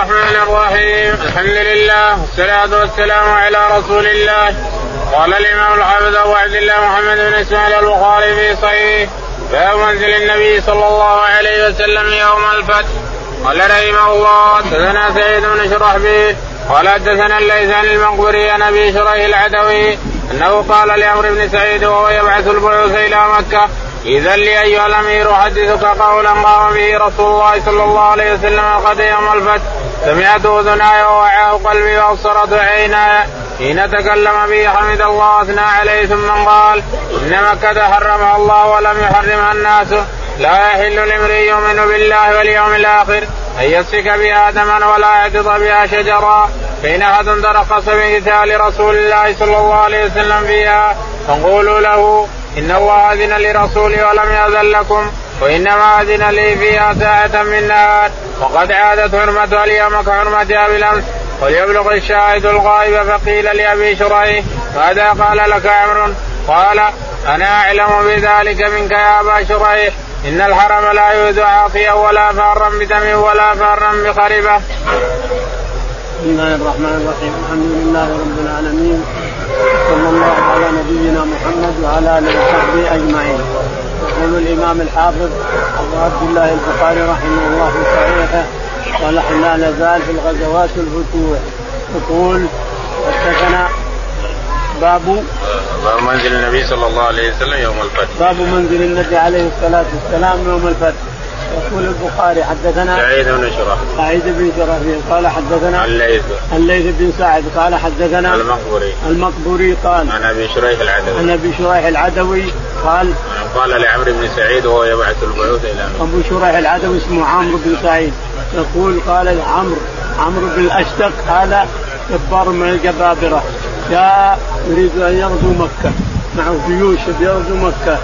الرحمن الرحيم. الحمد لله والصلاة والسلام على رسول الله. قال الإمام الحافظ أبو عبد الله محمد بن إسماعيل البخاري في صحيح باب منزل النبي صلى الله عليه وسلم يوم الفتح. قال رحمه الله حدثنا سعيد بن شرحبيل قال حدثنا الليث عن المقبري عن أبي شريح العدوي أنه قال لعمرو بن سعيد وهو يبعث البعوث إلى مكة: إذا لي أيها الأمير أحدثك قولا قام به رسول الله صلى الله عليه وسلم قد يوم الفتح سمعته أذناي ووعاه قلبي وأبصرته عيناي حين تكلم به حمد الله أثنى عليه ثم قال: إن مكة حرمها الله ولم يحرمها الناس لا يحل لامرئ يؤمن بالله واليوم الآخر أن يسفك بها دما ولا يعتض بها شجرا فإن أحد ترخص بقتال رسول الله صلى الله عليه وسلم فيها فقولوا له إن الله أذن لرسوله ولم يأذن لكم وإنما أذن لي فيها ساعة من نهار وقد عادت حرمتها اليوم كحرمتها بالأمس وليبلغ الشاهد الغائب. فقيل لأبي شريح: ماذا قال لك عمرو؟ قال: أنا أعلم بذلك منك يا أبا شريح. إن الحرم لا يؤذ عاصيا ولا فارا بدم ولا فارا بخربة. بسم الله الرحمن الرحيم. الحمد لله رب العالمين صلى الله على نبينا محمد وعلى آله وصحبه أجمعين. يقول الإمام الحافظ أبو عبد الله البخاري رحمه الله في صحيحه: ونحن لا نزال في الغزوات والفتوح. يقول: حدثنا باب منزل النبي صلى الله عليه وسلم يوم الفتح. باب منزل النبي عليه الصلاة والسلام يوم الفتح. يقول البخاري: حدثنا سعيد بن شرحبيل قال حدثنا الليث بن سعد قال حدثنا المقبري قال عن أبي شريح العدوي قال لعمرو بن سعيد وهو يبعث البعوث إلى مكة. أبو شريح العدوي اسمه عمرو بن سعيد. يقول: قال عمرو بن الأشتق هذا جبار من الجبابرة جاء يريد أن يغزو مكة معه جيوش يغزو مكة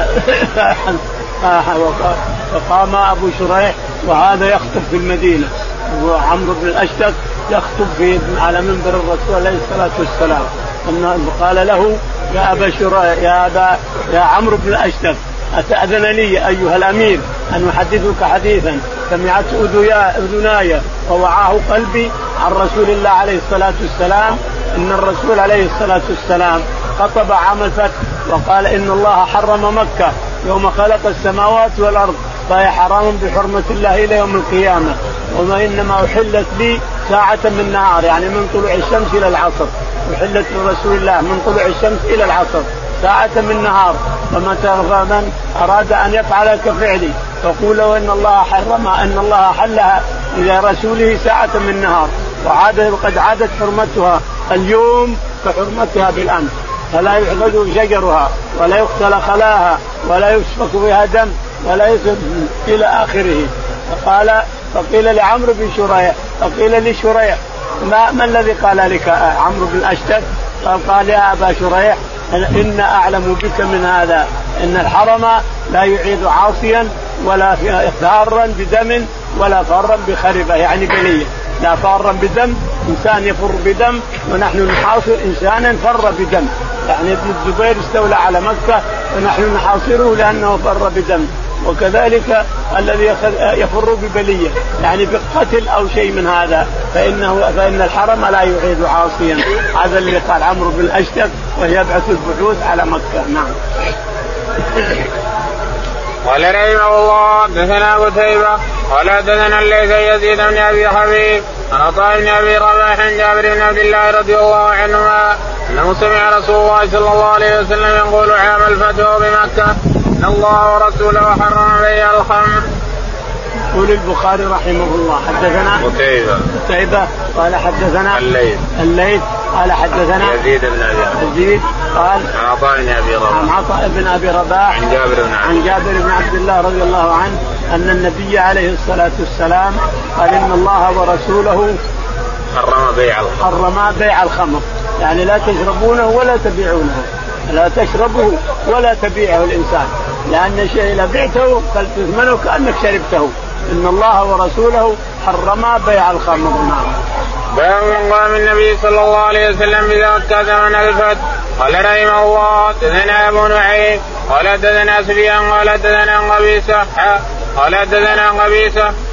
فقام أبو شريح وهذا يخطب في المدينة وعمرو بن الأشتق يخطب على منبر الرسول عليه الصلاة والسلام. قال له: يا أبا شريح يا عمرو بن الأشتق أتأذن لي أيها الأمير أن أحدثك حديثا سمعت أذناي ووعاه قلبي عن رسول الله عليه الصلاة والسلام. إن الرسول عليه الصلاة والسلام خطب عام الفتح وقال: إن الله حرم مكة يوم خلق السماوات والأرض فهي حرام بحرمة الله إلى يوم القيامة، وما إنما أحلت لي ساعة من نهار يعني من طلوع الشمس إلى العصر. أحلت لرسول الله من طلوع الشمس إلى العصر ساعة من نهار، فمن أراد أن يفعل كفعلي فقولوا إن الله حرمها إن الله حلها إلى رسوله ساعة من نهار وقد عادت حرمتها اليوم كحرمتها بالأمس، فلا يعبد شجرها ولا يقتل خلاها ولا يسفك بها دم ولا يسفك إلى آخره. فقيل لعمرو بن شريح فقيل لشريح: ما الذي قال لك عمرو بن الأشتق؟ قال: يا أبا شريح إن أعلم بك من هذا إن الحرم لا يعيد عاصيا ولا فارا بدم ولا فارا بخربة يعني بلية. لا فارا بدم إنسان يفر بدم ونحن نحاصر إنسانا فر بدم، يعني ابن الزبير استولى على مكة فنحن نحاصره لأنه فر بدم. وكذلك الذي يفر ببلية يعني بقتل أو شيء من هذا فإن الحرم لا يعيد عاصيا. هذا اللي قال عمرو بن الأشتق ويبعث البعوث على مكة. نعم. قال رحمه الله حدثنا قتيبة قال حدثنا الليث يزيد بن أبي حبيب عن عطاء بن أبي رباح عن جابر بن عبد الله رضي الله عنهما أنه سمع رسول الله صلى الله عليه وسلم يقول عام الفتح بمكة: إن الله ورسوله حرم بيع الخمر. يقول البخاري رحمه الله: حدثنا قتيبة قال حدثنا الليث قال حدثنا يزيد قال عن عطاء بن أبي رباح عن جابر بن عبد الله رضي الله عنه أن النبي عليه الصلاة والسلام قال: إن الله ورسوله حرم بيع الخمر، يعني لا تشربونه ولا تبيعونه، لا تشربه ولا تبيعه الإنسان، لأن الشيء إذا بعته فلتثمنه كأنك شربته. إن الله ورسوله حرما بيع الخمر. باب من قام النبي صلى الله عليه وسلم بمكة زمن الفتح. قال رحمه الله حدثنا أبو نعيم قال حدثنا سفيان قال حدثنا قبيصة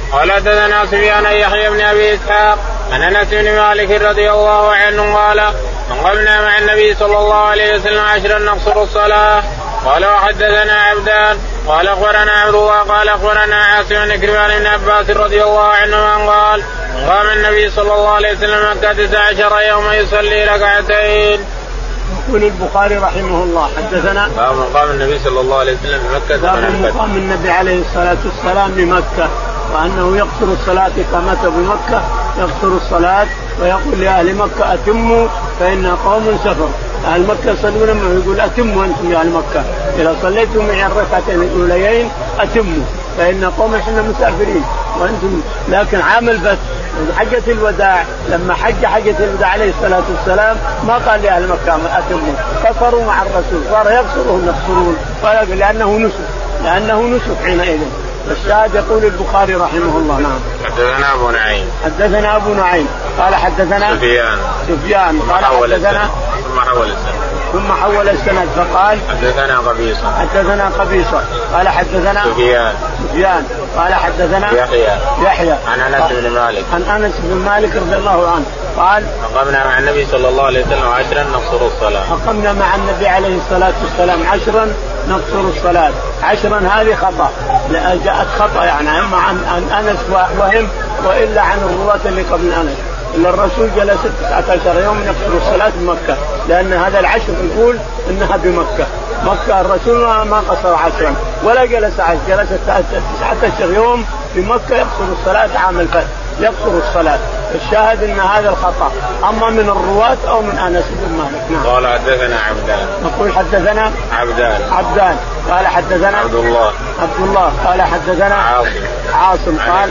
قال حدثنا سفيان يحيى بن ابي اسحاق عن انس بن مالك رضي الله عنه قال انقمنا مع النبي صلى الله عليه وسلم 10 نقصر الصلاه. قال وحدثنا عبدان قال اخبرنا عبد الله قال اخبرنا عاصم بن كرمان بن عباس رضي الله عنهما قال قام النبي صلى الله عليه وسلم مكة 19 يوما يصلي ركعتين. يقول البخاري رحمه الله حدثنا باب مقام النبي صلى الله عليه وسلم بمكة. باب مقام النبي عليه الصلاة والسلام بمكة وأنه يقصر الصلاة إقامته بمكة يقصر الصلاة ويقول لأهل مكة أتموا فإن قوم سفر. أهل مكة يصلون معه يقول أتموا أنتم يا أهل مكة إذا صليتم معي الركعتين الأوليين أتموا فإن قوم إحنا مسافرين وأنتم. لكن عام الفتح حجة الوداع لما حجة الوداع عليه الصلاة والسلام ما قال لأهل مكة أتموا قصروا مع الرسول صار يقصرهم يقصرون لأنه نسك حينئذ. الشاهد يقول البخاري رحمه الله. نعم. حدثنا أبو نعيم قال حدثنا سفيان قال حدثنا ثم حول السند فقال حدثنا قبيصة قال حدثنا سفيان قال حدثنا يحيى عن أنس بن مالك رضي الله عنه قال أقمنا مع النبي صلى الله عليه وسلم 10 نقصر الصلاة. أقمنا مع النبي عليه الصلاة والسلام 10 نقصر الصلاة. 10 هذه خطأ جاءت خطأ يعني أما عن أنس وهم وإلا عن الرواة اللي قبل أنس إلا الرسول جلس 19 يوم يقصر الصلاة بمكة لأن هذا العشر يقول إنها بمكة. مكة الرسول ما قصر 10 ولا جلس 10 جلس 19 يوم بمكة يقصر الصلاة عام الفتح يقصر الصلاة. الشاهد إن هذا الخطأ أما من الرواة أو من أنس بن مالك. نعم. قال حدثنا عبدان نقول حدثنا عبدان قال حدثنا عبد الله قال حدثنا عاصم قال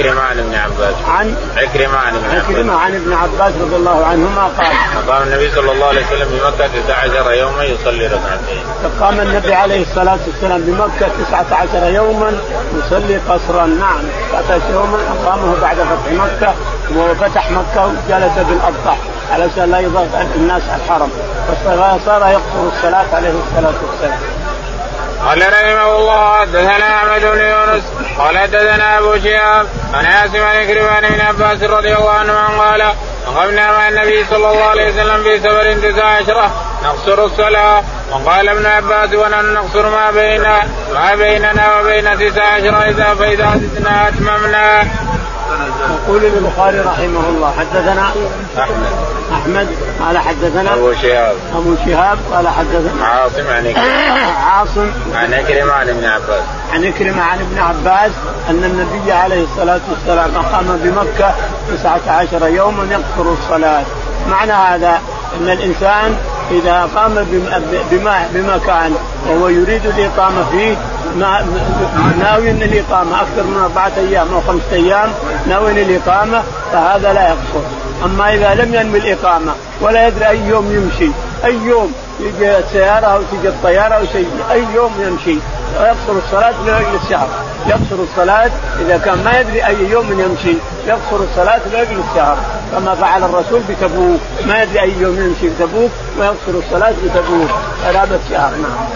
عكرمة عن ابن عباس رضي الله عنهما قال قام النبي صلى الله عليه وسلم بمكة 19 يوما يصلي ركعتين. فقام النبي عليه الصلاة والسلام بمكة 19 يوما يصلي قصرا. نعم 19 يوما أقامه بعد فتح مكة وفتح مكة وجلس بالأضحى علشان لا يضغط الناس على الحرم فصار يقصر الصلاة عليه الصلاة والسلام. قال رحمه الله حدثنا أحمد بن يونس قال حدثنا أبو شهاب عن عاصم بن كرمان بن عباس رضي الله عنه قال أقمنا مع النبي صلى الله عليه وسلم في سفر 19 نقصر الصلاة. وقال ابن عباس ونحن نقصر ما بيننا وبين 19 فإذا زدنا أتممنا. يقول البخاري رحمه الله حدثنا أحمد قال حدثنا أبو شهاب قال حدثنا عاصم عن كريمة عن ابن عباس أن النبي عليه الصلاة والسلام أقام بمكة 19 يوما يقصر الصلاة. معنى هذا أن الإنسان إذا قام بمكان وهو يريد الإقامة فيه ناوي الإقامة أكثر من 4 أيام أو 5 أيام ناوي الإقامة فهذا لا يقصر. أما إذا لم ينوي الإقامة ولا يدري أي يوم يمشي أي يوم يجي السيارة أو تجي الطيارة أو شيء أي يوم يمشي ويقصر الصلاة لأجل الشهر. يقصر الصلاة إذا كان ما يدري أي يوم يمشي يقصر الصلاة لأجل الشهر كما فعل الرسول بتبوك ما يدري أي يوم يمشي بتبوك ويقصر الصلاة بتبوك قرابة شهر. نعم.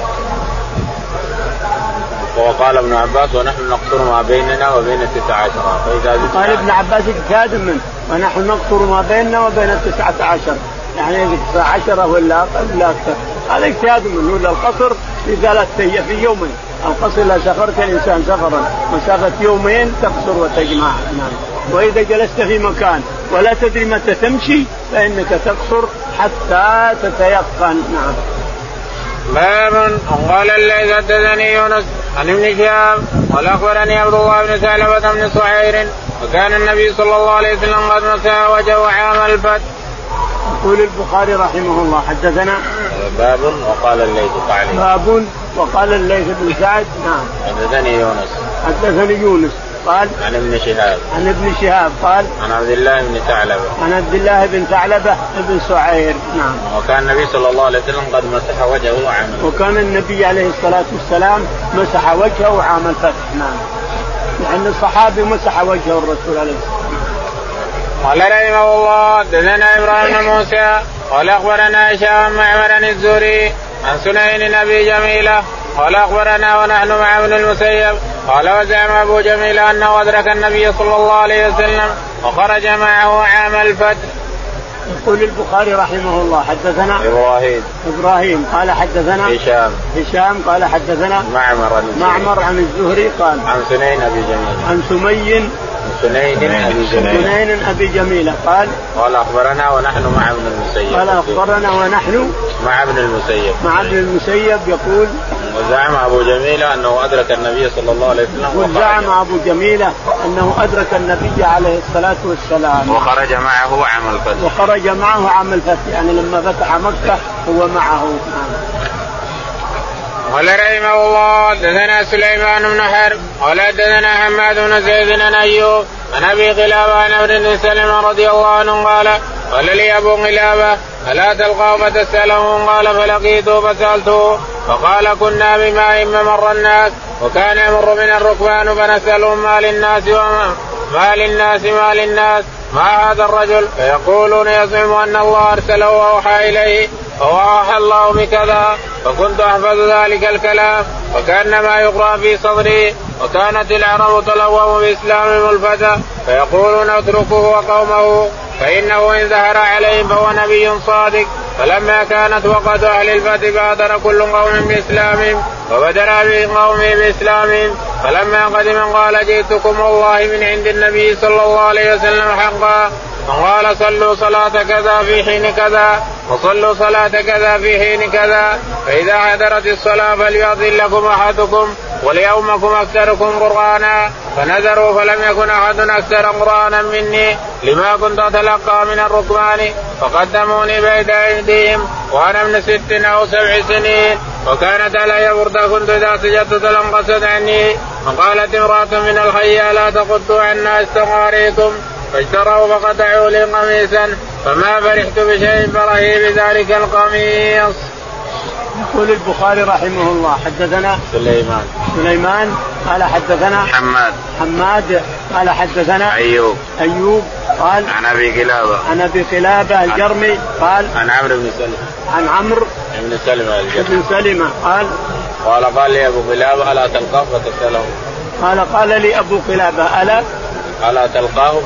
وقال ابن عباس ونحن نقصر ما بيننا وبين 19 قال ابن عباس اجتهاد منه ونحن نقصر ما بيننا وبين 19 يعني 19 ولا أقل ولا أكثر هذا اجتهاد منه. ولا القصر في 3 أيام في يومين القصر لا سافرت الإنسان سفرا مسافة يومين تقصر وتجمع. نعم. وإذا جلست في مكان ولا تدري متى تمشي فإنك تقصر حتى تتيقن. نعم. باب قال الذي حدثني يونس عن ابن شهاب قال أخبرني عبد الله بن ثعلبة بن صعير وكان النبي صلى الله عليه وسلم قد مسح وجهه عام الفتح. يقول البخاري رحمه الله حدثنا باب وقال الليث بن سعد. نعم. حدثني يونس قال عن ابن شهاب قال عن عبد الله بن ثعلبة بن صعير. نعم. وكان النبي صلى الله عليه وسلم قد مسح وجهه عام الفتح. وكان النبي عليه الصلاة والسلام مسح وجهه عام الفتح. نعم. يعني الصحابي مسح وجهه الرسول عليه الصلاة والسلام. قال رحمه الله حدثنا إبراهيم بن موسى قال أخبرنا هشام معمر عن الزهري عن سنين أبي جميلة قال أخبرنا ونحن مع ابن المسيب قال وزعم أبو جميل أنه أدرك النبي صلى الله عليه وسلم وخرج معه عام الفتح. يقول البخاري رحمه الله حدثنا إبراهيم قال حدثنا هشام قال حدثنا معمر عن الزهري قال عن سنين أبي جميل عن سنين أبي جميل قال أخبرنا ونحن مع ابن المسيب. قال أخبرنا ونحن مع ابن المسيب يقول وزعم أبو جميل أنه أدرك النبي صلى الله عليه وسلم. وزعم أبو جميل أنه أدرك النبي عليه الصلاة والسلام وخرج معه عام الفتح. يعني لما فتح مكة هو معه. قال رحمه الله حدثنا سليمان بن حرب قال حدثنا حماد بن زيد بن أيوب عن أبي قلابة عن عمرو بن سلمة رضي الله عنه قال لي أبو قلابة ألا تلقاه فتسأله؟ قال فلقيته فسألته فقال كنا بماء مر الناس وكان يمر من الركبان فنسألهم ما للناس ما هذا الرجل فيقولون يزعم أن الله أرسله وأوحى إليه وأوحى الله بكذا فكنت أحفظ ذلك الكلام وكأنما يقرأ في صدري. وكانت العرب تلوم بإسلامهم الفتى فيقولون اتركوه وقومه فإنه إن ظهر عليهم فهو نبي صادق. فلما كانت وقت أهل الفتح بادر كل قوم بإسلامهم وبدر به قومه بإسلامهم. فلما قدم قال جئتكم والله من عند النبي صلى الله عليه وسلم حقا. فقال صلوا صلاة كذا في حين كذا وصلوا صلاة كذا في حين كذا فإذا حضرت الصلاة فليأذن لكم أحدكم وليومكم أكثركم قرآنا. فنذروا فلم يكن أحد أكثر قرآنا مني لما كنت أتلقى من الركبان فقدموني بين أيديهم وأنا من 6 أو 7 سنين وكانت علي بردة كنت إذا سجدت تنقصت عني. فقالت امرأة من الحي لا تقطوا عنا استغاريكم فاشتروا فقطعوا لي قميصا فما فرحت بشيء فرحي بذلك القميص. يقول البخاري رحمه الله حدثنا سليمان قال حدثنا حماد قال حدثنا أيوب قال عن أبي قلابة الجرمي قال عن عمرو بن سلمة قال لي أبو قلابة ألا تلقاه فتسأله. قال لي أبو قلابة ألا تلقاه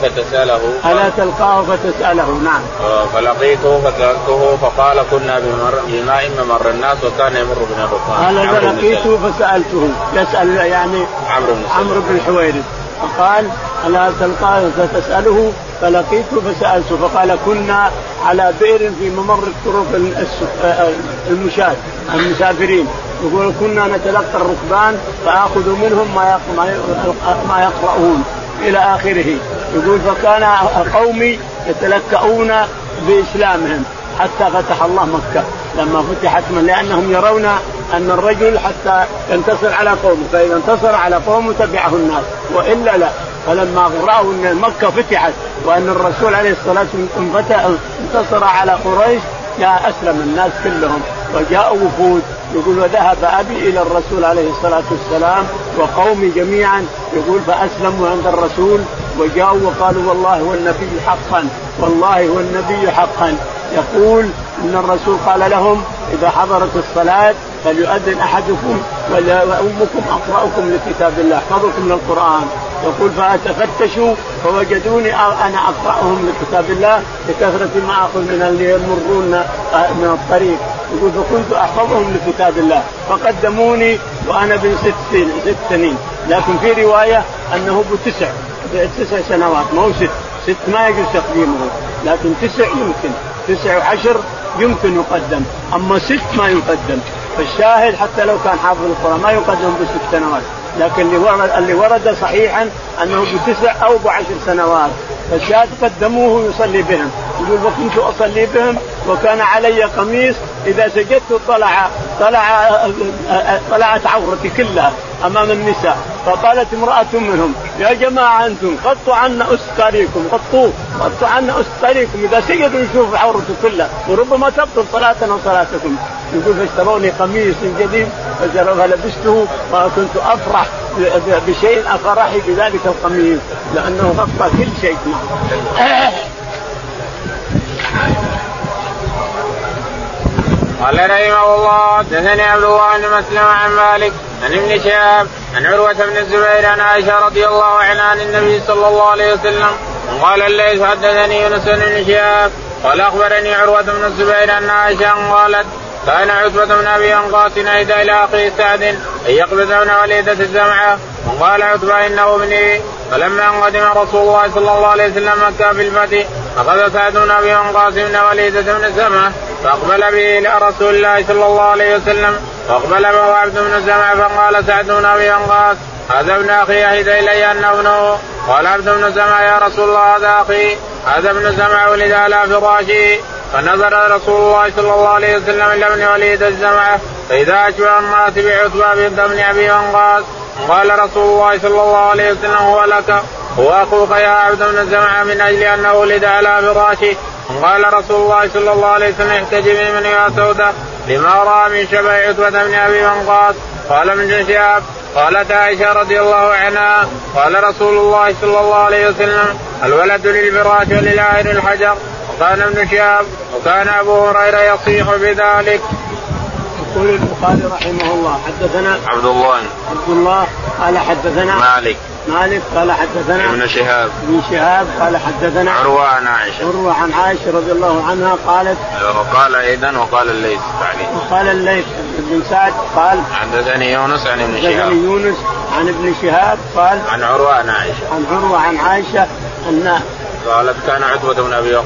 فتسأله. نعم. فلقيته فسألته فقال كنا بماء مر الناس وكان يمر بنا الركبان. قال فلقيته فسألته يسأل يعني عمرو بن حويرث فقال ألا تلقاه فتسأله فلقيته فسألته فقال كنا على بئر في ممر الطرق المسافرين يقول كنا نتلقى الركبان فآخذ منهم ما يقرؤون إلى آخره. يقول فكان قومي يتلكؤون بإسلامهم حتى فتح الله مكة لما فتحت لأنهم يرون أن الرجل حتى ينتصر على قومه فإذا انتصر على قومه تبعه الناس وإلا لا. فلما رأوا أن مكة فتحت وأن الرسول عليه الصلاة والسلام انتصر على قريش جاء أسلم الناس كلهم وجاءوا وفود. يقول وذهب أبي إلى الرسول عليه الصلاة والسلام وقومي جميعا يقول فأسلموا عند الرسول وجاءوا وقالوا والله هو النبي حقا. يقول إن الرسول قال لهم إذا حضرت الصلاة فليؤذن أحدكم وأمكم أقرأكم لكتاب الله أحفظكم للقرآن. يقول فأتفتشوا فوجدوني أنا أقرأهم لكتاب الله لكثرة ما أخذ من اللي يمرون من الطريق. يقول فكنت أحفظهم لكتاب الله فقدموني وأنا بن 6 سنين. لكن في رواية أنه ب9 سنوات ما هو 6 ما يجوز تقديمه لكن 9 يمكن 9 و10 يمكن يقدم أما 6 ما يقدم. فالشاهد حتى لو كان حافظ القرآن ما يقدم ب6 سنوات لكن اللي ورد صحيحا أنه ب9 أو ب10 سنوات. فالشاهد قدموه يصلي بهم. يقول وكنت أصلي بهم وكان علي قميص إذا سجدت طلعت عورتي كلها أمام النساء. فقالت امرأة منهم يا جماعة أنتم غطوا عنا أستاريكم إذا سجدوا يشوف عورته كلها وربما تبطل صلاتنا وصلاتكم. يقول فاشتروني قميص جديد فلبسته وكنت أفرح بشيء أفرحي بذلك القميص لأنه غطى كل شيء. قال رحمه الله حدثني عبد الله بن مسلم عن مالك عن ابن شهاب عن عروة بن الزبير عن عائشة رضي الله عنها عن النبي صلى الله عليه وسلم قال الليث حدثني يونس بن شهاب قال أخبرني عروة بن الزبير أن عائشة قالت كان عتبة بن أبي وقاص أهدى إلى أخيه سعد أن يقبض ابن وليدة الزمعة وقال عتبة إنه ابني. فلما قدم رسول الله صلى الله عليه وسلم مكة في الفتح أخذ سعد بن أبي وقاص بن وليدة بن الزمعة فأقبل به إلى رسول الله صلى الله عليه وسلم فأقبل به عبد بن الزمعة فقال سعد بن أبي وقاص هذا ابن أخي أهدى إلي أنه ابنه. قال عبد بن الزمعة يا رسول الله هذا أخي هذا ابن الزمعة ولد على فراشه. فنظر رسول الله صلى الله عليه وسلم إلى ابن وليد الزمعة فإذا أشبه الناس بعتبة بن أبي وقاص. قال رسول الله صلى الله عليه وسلم هو لك هو أخوك يا عبد بن الزمعة من أجل أنه ولد على فراشه. قال رسول الله صلى الله عليه وسلم احتجبي من يا سودة لما رأى من شبه عتبة بن أبي وقاص. قال ابن شهاب قالت عائشة رضي الله عنها قال رسول الله صلى الله عليه وسلم الولد للفراش وللعائر الحجر. وكان ابن شهاب وكان أبو هريرة يصيح بذلك. يقول البخاري رحمه الله حدثنا عبد الله قال حدثنا مالك قال حدثنا ابن شهاب قال حدثنا عروة عن عائشة رضي الله عنها قالت وقال أيضا وقال الليث بن سعد قال حدثني يونس عن ابن شهاب قال عن عروة عن عائشة أن قالت كان عتبة بن أبي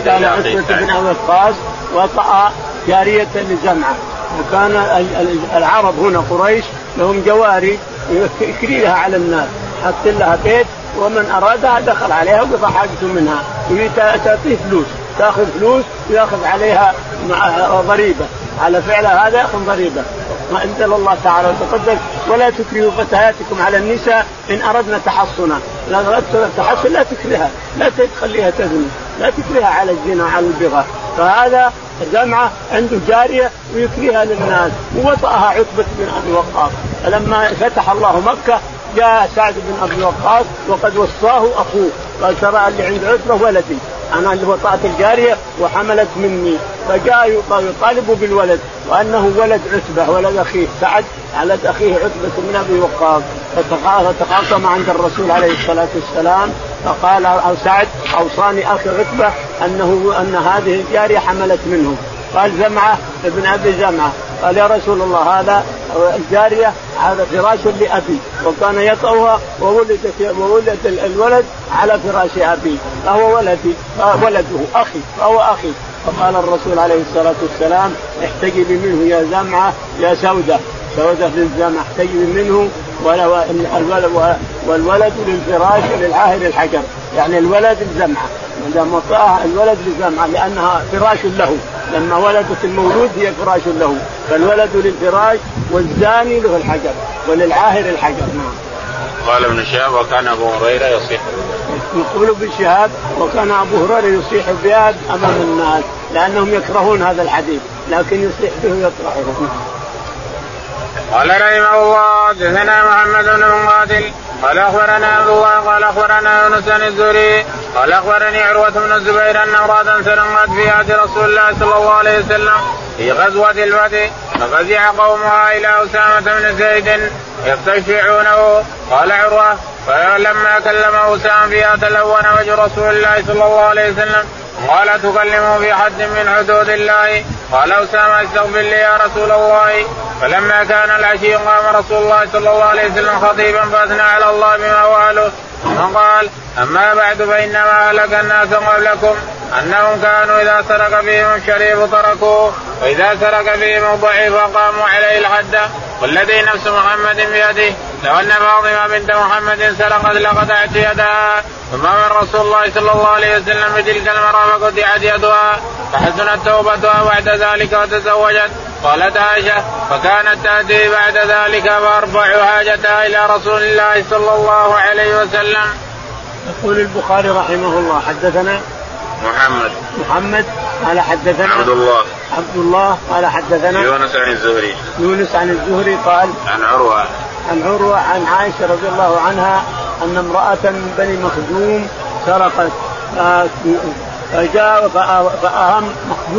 وقاص وطأ جارية لزمعة. وكان العرب هنا قريش لهم جواري يكريها على الناس حط لها بيت ومن أرادها دخل عليها وقضى حاجته منها وتعطيه فلوس تأخذ فلوس ويأخذ عليها ضريبة على فعلها هذا يأخذ ضريبة. ما أنزل الله تعالى وتقدس ولا تكرهوا فتياتكم على النساء إن أردنا تحصنا. لا أردت تحصن لا تكرهها لا تخليها تزني لا تكرهها على الزنا على البغاء. فهذا زمعة عنده جارية ويكرهها للناس ووطأها عتبة بن أبي وقاص. فلما فتح الله مكة جاء سعد بن أبي وقاص وقد وصاه أخوه قال ترى اللي عند عتبة ولدي أنا اللي وطأت الجارية وحملت مني. فجاء يطالب بالولد وأنه ولد عتبة ولد أخيه سعد على أخيه عتبة بن أبي وقاص. فتخاصم عند الرسول عليه الصلاة والسلام فقال سعد أوصاني أخي عتبة أن هذه الجارية حملت منه. قال زمعة ابن أبي زمعة قال يا رسول الله هذا الجارية هذا فراش لأبي وكان يطأها وولد الولد على فراش أبي فهو ولده أخي فهو أخي. فقال الرسول عليه الصلاة والسلام احتجبي منه يا زمعة يا سودة للزمعة احتجبي منه والولد للفراش وللعاهر الحجر. يعني الولد الزمعة إذا مطاها الولد للزمعة لأنها فراش له لما ولدت المولود هي فراش له فالولد للفراش والزاني له الحجر وللعاهر الحجر. قال ابن شهاب وكان أبو هريرة يصيح. يقول ابن شهاب وكان أبو هريرة يصيح بها أمام الناس لأنهم يكرهون هذا الحديث لكن يصيح به ويطرحه. قال رحمه الله حدثنا محمد بن مقاتل قال أخبرنا عبد الله قال أخبرنا يونس بن الزهري قال أخبرني عروة بن الزبير أن امرأة سرقت في عهد رسول الله صلى الله عليه وسلم في غزوة الفتح ففزع قومها إلى أسامة بن زيد يستشفعونه. قال عروة فلما كلم أسامة فيها تلون وجه رسول الله صلى الله عليه وسلم قال تكلمه في حد من حدود الله. قال أسامة استغفر لي يا رسول الله. فلما كان العشي قام رسول الله صلى الله عليه وسلم خطيبا فأثنى على الله بما هو أهله وقال أما بعد فإنما أهلك الناس قبلكم أنهم كانوا إذا سرق فيهم الشريف تركوه وإذا سرق فيهم الضعيف قاموا عليه الحد والذي نفس محمد بيده لو أن فاطمة بنت محمد سرقت لقطعت يدها. ثم من رسول الله صلى الله عليه وسلم بتلك المرأة فقطعت يدها فحسنت توبتها بعد ذلك وتزوجت. قالت عائشة فكانت تأتي بعد ذلك فأرفع حاجتها إلى رسول الله صلى الله عليه وسلم. يقول البخاري رحمه الله حدثنا محمد قال حدثنا عبد الله قال حدثنا يونس عن الزهري قال عن عروة عن عائشة رضي الله عنها أن امرأة من بني مخزوم سرقت فجاء فأهم مخزوم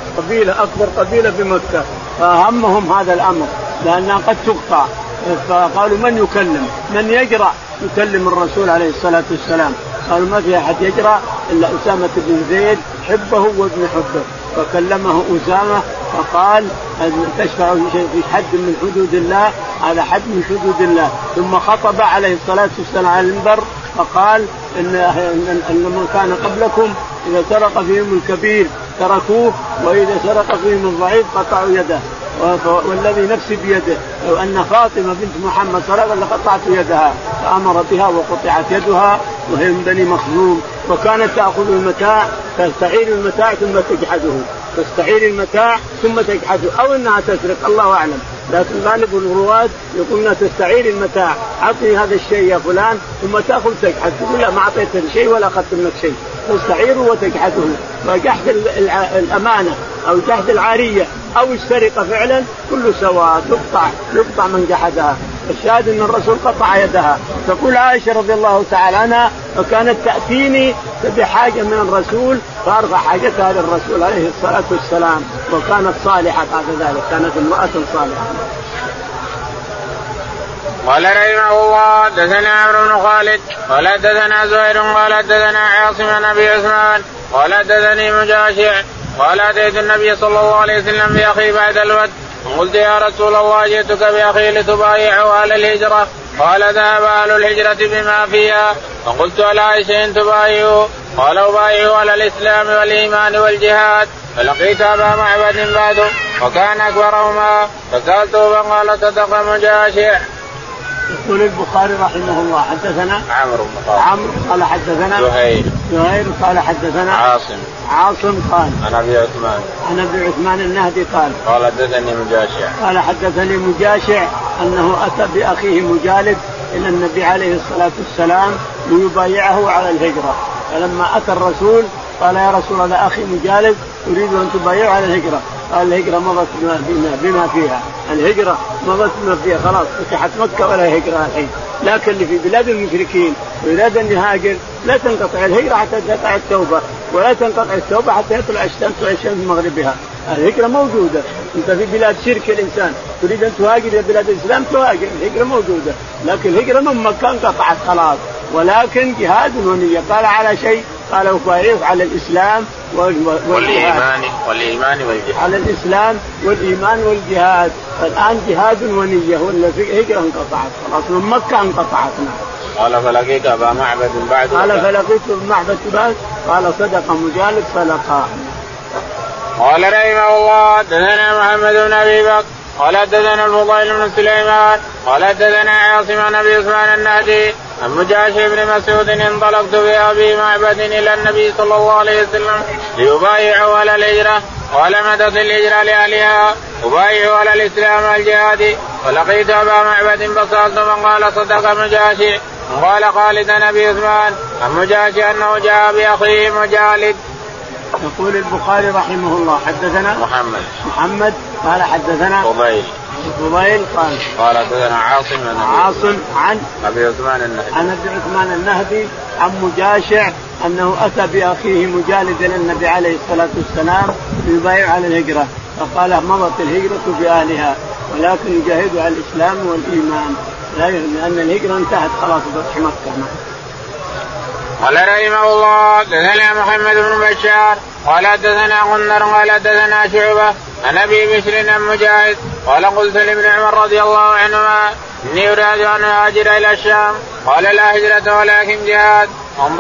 قبيلة أكبر قبيلة بمكة، فأهمهم هذا الأمر لأنها قد تقطع. فقالوا من يكلم من يجرأ يكلم الرسول عليه الصلاة والسلام؟ قالوا ما في أحد يجرأ إلا أسامة بن زيد حبه وابن حبه. فكلمه أسامة فقال تشفع في حد من حدود الله، هذا حد من حدود الله. ثم خطب عليه الصلاة والسلام على المنبر فقال إن من كان قبلكم إذا سرق فيهم الكبير تركوه، وإذا سرق فيهم الضعيف قطعوا يده، والذي نفسي بيده لو أن فاطمة بنت محمد سرقت لقطعت يدها. فأمر بها وقطعت يدها وهي من بني مخزوم. وكانت تأخذ المتاع تستعير المتاع ثم تجحده، تستعير المتاع ثم تجحده، أو أنها تسرق الله أعلم، لكن غالب الرواة يقولون تستعير المتاع، أعطني هذا الشيء يا فلان ثم تأخذ تجحد، تقول لا ما أعطيتني شيء ولا أخذت منك شيء، تستعيره وتجحده. وجحد الأمانة أو جحد العارية أو السرقة فعلا كله سواء، يقطع من جحدها. الشاهد أن الرسول قطع يدها. تقول عائشة رضي الله تعالى عنها وكانت تأتيني بحاجة من الرسول فأرفع حاجتها للرسول عليه الصلاة والسلام، وكانت صالحة بعد ذلك، كانت امرأة صالحة. قال رحمه الله دثنا عمرو بن خالد قال دثنا زهير قال دثنا عاصم بن أبي عثمان قال دثني مجاشع قال أتيت النبي صلى الله عليه وسلم بأخي بعد الوفاة قلت يا رسول الله جئتك بأخي لتبايعه على الهجرة، قال ذهب أهل الهجرة بما فيها، فقلت ألا شيء تبايعه؟ قال أبايعه على الإسلام والإيمان والجهاد. فلقيت أبا معبد بعده وكان أكبرهما فسألته فقال صدق مجاشع. يقول البخاري رحمه الله حدثنا عمرو قال حدثنا زهير قال حدثنا عاصم قال عن أبي عثمان النهدي قال حدثني مجاشع أنه أتى بأخيه مجالد إلى النبي عليه الصلاة والسلام ليبايعه على الهجرة. فلما أتى الرسول قال يا رسول الله أخي مجالد أريد أن تبايعه على الهجرة. قال الهجرة مضت بما فيها، الهجرة مضت بما فيها، خلاص فتحت مكة ولا هجرة الحين. لكن اللي في بلاد المشركين ويريد أن يهاجر لا تنقطع الهجرة حتى تقطع التوبة، ولا تنقطع التوبة حتى يطلع الشمس في مغربها. الهجرة موجودة. أنت في بلاد شرك الإنسان تريد أن تهاجر إلى بلاد الإسلام تهاجر، الهجرة موجودة، لكن الهجرة من مكة انقطعت خلاص. ولكن جهاد ونية. قال على شيء؟ قال أبايعه على الإسلام والإيمان والجهاد. على الإسلام والإيمان والجهاد. الآن جهاد ونية، ولا في هجرة انقطعت خلاص من مكة انقطعت. قال فلقيت أبا معبد بعد قال صدق مجالد صدقا. قال رحمه الله دثنا محمد بن أبي بكر قال دثنا الفضيل بن سليمان قال دثنا عاصم بن أبي عثمان النهدي عن مجاشع بن مسعود انطلقت بأبي معبد إلى النبي صلى الله عليه وسلم ليبايعه على الهجرة. قال مدت الهجرة لأهلها أبايعه على الإسلام والجهاد. فلقيت أبا معبد فسألت من قال صدق مجاشع. قال خالد أبي عثمان عن مجاشع أنه جاء بأخيه مجالد. يقول البخاري رحمه الله حدثنا محمد قال حدثنا فضيل قال حدثنا عاصم عن أبي عثمان النهدي عن مجاشع أنه أتى بأخيه مجالد النبي عليه الصلاة والسلام يبايع على الهجرة. فقال مضت الهجرة بأهلها ولكن يجاهدوا على الإسلام والإيمان، لأن الهجرة انتهت خلاص فتح مكة. قال رحمه الله دثنا محمد بن بشار قال دثنا غندر قال دثنا شعبة عن أبي بشر عن مجاهد قال قلت لابن عمر رضي الله عنهما إني أريد أن أهاجر إلى الشام. قال لا هجرة ولكن جهاد.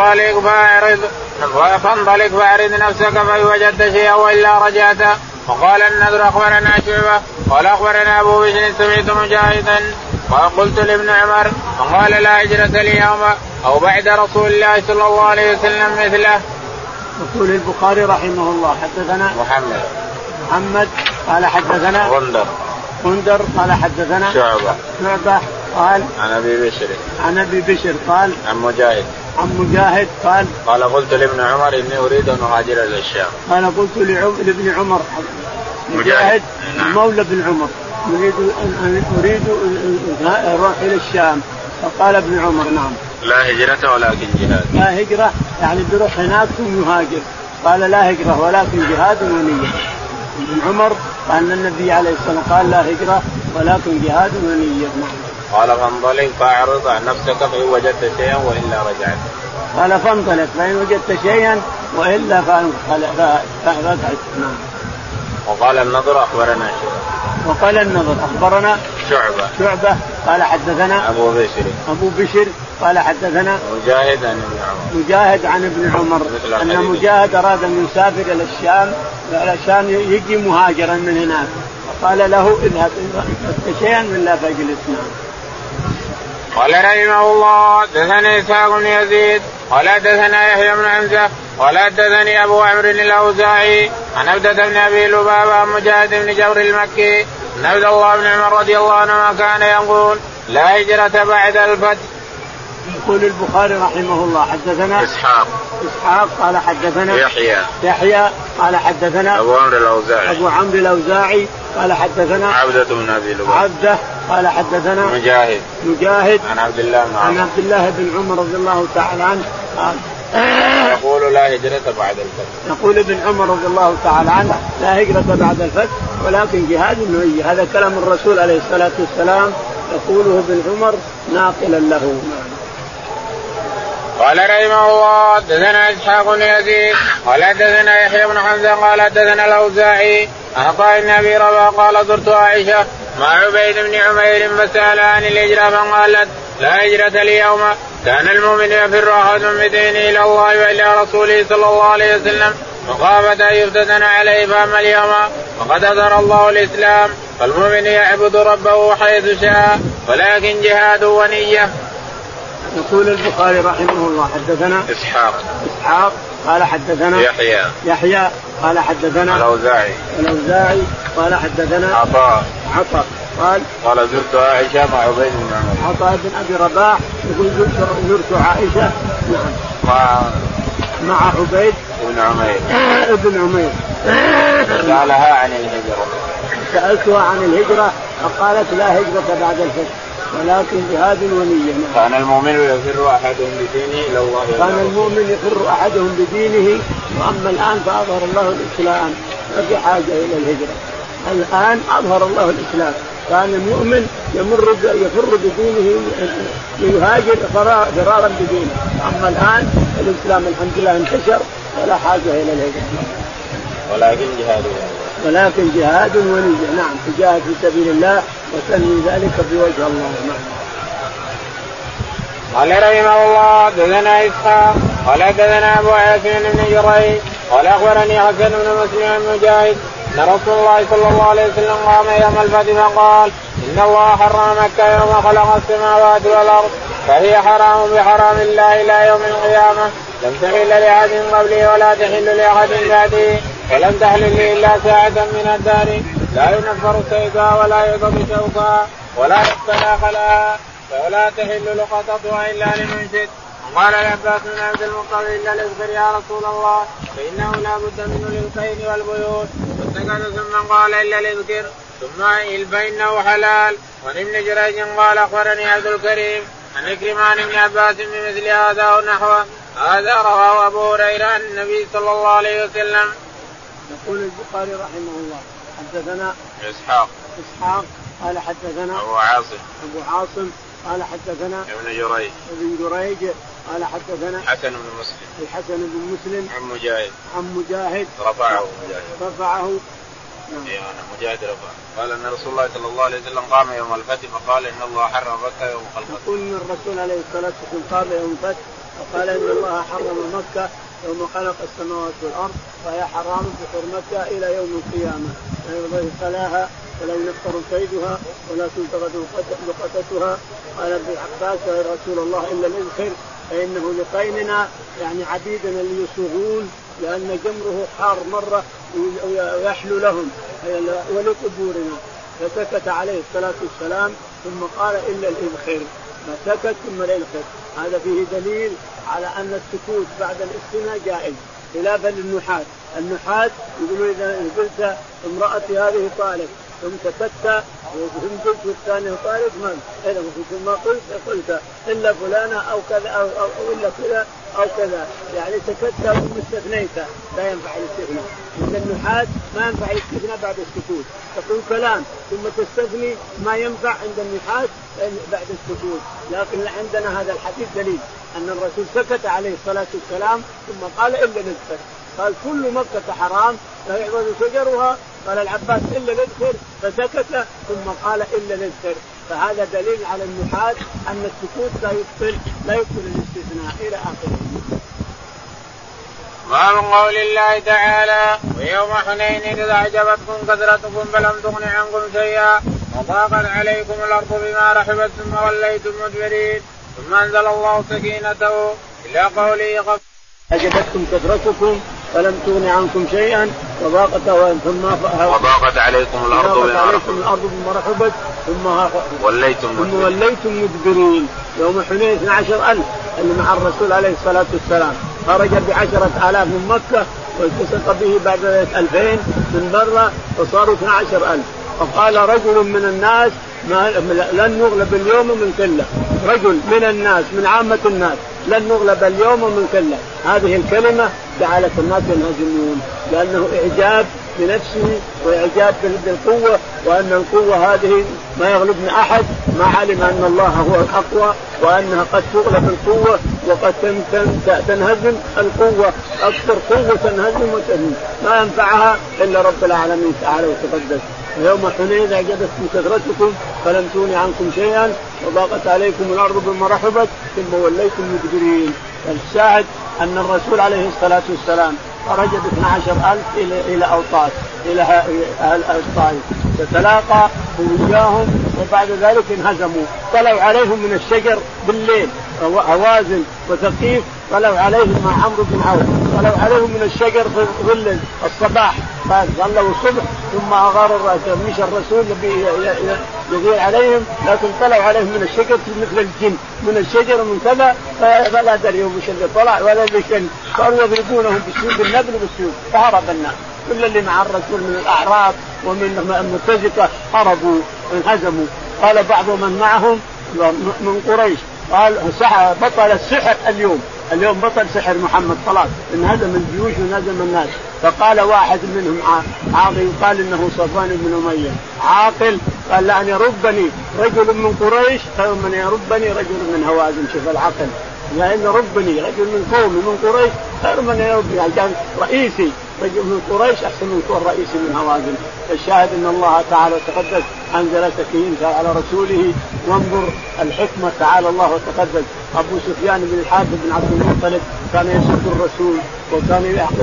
فانطلق فأعرض نفسك فإن وجدت شيئا وإلا رجعت. وقال النذر أخبرنا شعبة قال أخبرنا أبو بشر سمعت مجاهدا وقلت لابن عمر فقال لا هجرة اليوم أو بعد رسول الله صلى الله عليه وسلم مثله. يقول البخاري رحمه الله حدثنا محمد قال حدثنا غندر قال حدثنا شعبة قال عن أبي بشر قال عن مجاهد قال قلت لابن عمر إني أريد أن أهاجر إلى الشام. قال قلت لابن عمر مجاهد مولى بن عمر أريد أن أروح إلى الشام. فقال ابن عمر نعم لا هجرة ولكن جهاد. لا هجرة يعني بروح هناك ثم يهاجر. قال لا هجرة ولكن جهاد ونية. ابن عمر أن النبي عليه الصلاة والسلام قال لا هجرة ولكن جهاد ونية. قال فانطلق فاعرض عن نفسك فإن وجدت شيئا وإلا رجعت. قال فانطلق فإن وجدت شيئا وإلا فرجعت. وقال النضر أخبرنا شعبة. وقال النضر أخبرنا شعبة قال حدثنا أبو بشر قال حدثنا مجاهد عن ابن عمر أن مجاهد أراد أن يسافر إلى الشام علشان يجي مهاجرا من هناك فقال له اذهب إن شيئا من لا فاجلسنا. قال رحمه الله حدثني إسحاق بن يزيد قال حدثنا يحيى بن حمزة قال حدثني أبو عمرو الأوزاعي عن عبدة بن أبي لبابة عن مجاهد بن جبر المكي أن عبد الله بن عمر رضي الله عنهما كان يقول لا هجرة بعد الفتح. يقول البخاري رحمه الله حدثنا إسحاق قال حدثنا يحيى قال حدثنا أبو عمرو الأوزاعي قال حدثنا عبدة بن أبي لبابة قال حدثنا مجاهد عن عبد الله بن عمر رضي الله تعالى عنه يقول لا هجرة بعد الفتح. يقول ابن عمر رضي الله تعالى عنه لا هجرة بعد الفتح ولكن جهاد ونية. هذا كلام الرسول عليه الصلاة والسلام يقوله ابن عمر ناقلا له. قال رحمه الله حدثنا إسحاق بن يزيد قال حدثنا يحيى بن حمزة قال حدثنا الأوزاعي عن عطاء بن أبي رباح قال زرت عائشة مع عبيد بن عمير فسأل عن الهجرة فقالت لا هجرة اليوم كان المؤمن يفر أحد بدينه إلى الله وإلى رسوله صلى الله عليه وسلم مخافة أن يفتتن عليه فأما اليوم وقد أظهر الله الإسلام فالمؤمن يعبد ربه حيث شاء ولكن جهاد ونية. يقول البخاري رحمه الله حدثنا إسحاق قال حدثنا يحيى قال حدثنا الأوزاعي قال حدثنا عطاء قال زرت عائشة مع عبيد بن عمر. عطاء بن أبي رباح يقول زرت عائشة مع عبيد بن عمير سألها عن الهجرة. سألتها عن الهجرة فقالت لا هجرة بعد الفتح ولكن جهاد ونية. كان المؤمن يفر أحدهم بدينه إلى الله. كان المؤمن يفر أحدهم بدينه وأما الآن فأظهر الله الإسلام ما في حاجة إلى الهجرة. الآن أظهر الله الإسلام كان المؤمن يفر بدينه يهاجر فرارا بدينه. أما الآن الإسلام الحمد لله انتشر ولا حاجة إلى الهجرة ولكن جهاد ونية. نعم تجاهد في سبيل الله وتنوي ذلك بوجه الله. قال رحمه الله حدثنا إسحاق قال حدثنا أبو عاصم بن جريج قال أخبرني حسن بن مسلم بن مجاهد أن رسول الله صلى الله عليه وسلم قام يوم الفتح فقال إن الله حرم مكة يوم خلق السماوات والأرض فهي حرام بحرام الله إلى يوم القيامة لم تحل لأحد قبلي ولا تحل لأحد بعدي ولم تحل لي إلا ساعة من الدار لا ينفر سيفها ولا يضب شوكها ولا يقتلى خلاها ولا تحل لقطتها إلا لمنشد. قال العباس بن عبد المطلب إلا الإذخر يا رسول الله فإنه لا بد منه للخيل والبيوت. فسكت ثم قال إلا الإذخر ثم فإنه حلال. وعن ابن جريج قال أخبرني عبد الكريم عن عكرمة عن ابن عباس بمثل هذا ونحوه. هذا رواه أبو هريرة عن النبي صلى الله عليه وسلم. يقول البخاري رحمه الله حدثنا إسحاق قال حدثنا أبو عاصم قال حدثنا ابن جريج قال حدثنا الحسن بن مسلم عن مجاهد رفعه مجاهد رفعه قال ان رسول الله صلى الله عليه وسلم قام يوم الفتح فقال ان الله حرم مكة يوم خلق. يقول ان الرسول عليه الصلاة والسلام قام يوم الفتح وقال ان الله حرم مكة يوم خلق السماوات والأرض وهي حرام بحرمتها إلى يوم القيامة لا يرضى صلاها ولا ينفر كيدها ولا تلتقط لقطتها. قال ابن عباس يا رسول الله إلا الإذخر فإنه لقيننا يعني عبيدنا اللي يصوغون لأن جمره حار مرة ويحلو لهم ولقبورنا. فسكت عليه الصلاة والسلام ثم قال إلا الإذخر فسكت ثم الإذخر. هذا فيه دليل على أن السكوت بعد الاستثناء جائز خلافا للنحاة. يقولون إذا قلت امرأتي هذه طالق ثم سكت ثم قلت الثاني طالق من إذا ما قلت إلا فلانة أو كذا أو إلا كذا أو كذا، يعني سكت ثم استثنيت لا ينفع الاستثناء. عند النحاة ما ينفع الاستثناء بعد السكوت، تقول كلام ثم تستثني ما ينفع عند النحاة بعد السكوت. لكن عندنا هذا الحديث دليل أن الرسول سكت عليه الصلاة والسلام ثم قال إلا نذكر، قال كل مكة حرام لا يعبد شجرها، قال العباس إلا نذكر فسكت ثم قال إلا نذكر. فهذا دليل على النحاة أن السكوت لا يبطل الاستثناء إلى آخره. ومن قول الله تعالى ويوم حنين إذ أعجبتكم كثرتكم فلم تغن عنكم شيئا وضاقت عليكم الأرض بما رحبت ثم وليتم مدبرين ثم أنزل الله سكينته إلى قوله أعجبتكم كثرتكم فلم تغن عنكم شيئا وضاقت عليكم الأرض بما رحبت ثم وليتم مدبرين. يوم حنين 12,000 اللي مع الرسول عليه الصلاة والسلام، خرج ب10,000 من مكة والتصق به بعد 2000 من برا وصاروا 12,000. فقال رجل من الناس لن نغلب اليوم من كله، رجل من الناس من عامة الناس لن نغلب اليوم من كله. هذه الكلمة جعلت الناس ينهزمون، لأنه إعجاب بنفسه وإعجاب بالقوة، وأن القوة هذه ما يغلبنا أحد، ما علم أن الله هو الأقوى وأنها قد تغلب القوة وقد تنهزم القوة، أكثر قوة تنهزم وتهزم ما ينفعها إلا رب العالمين تعالى وتقدس. يوم حنين أعجبتكم كثرتكم فلم تغن عنكم شيئا وضاقت عليكم الأرض بما رحبت ثم وليتم مدبرين. الشاهد أن الرسول عليه الصلاة والسلام خرج ب12,000 إلى أوطاس إلى أهل الطائف، فتلاقى وجاههم وبعد ذلك انهزموا. طلعوا عليهم من الشجر بالليل هوازن وثقيف، طلعوا عليهم مع عمرو بن عوف، طلعوا عليهم من الشجر في ظل الصباح، صلوا الصبح ثم أغار مشى الرسول يغير عليهم، لكن طلعوا عليهم من الشجر مثل الجن من الشجر من كذا، فلا دري مش اللي طلع ولا اللي كان، صاروا يضربونهم بالسيوف بالنبل بالسيوف، فهرب الناس كل اللي مع الرسول من الأعراب ومن المرتزقة هربوا انهزموا. قال بعض من معهم من قريش قال بطل السحر اليوم بطل سحر محمد خلاص، انهزم الجيوش وانهزم الناس. فقال واحد منهم عاقل يقال انه صفوان بن أمية عاقل، قال لأن يربني رجل من قريش خير من يربني رجل من هوازن. شوف العقل، لأن ربني رجل من قوم من قريش خير من يربني، عشان رئيسي رجل من قريش أحسن من كون رئيسي من هوازن. الشاهد أن الله تعالى وتقدس أنزل سكينة على رسوله. وانظر الحكمة تعالى الله وتقدس. أبو سفيان بن الحارث بن عبد المطلب كان يسب الرسول وكان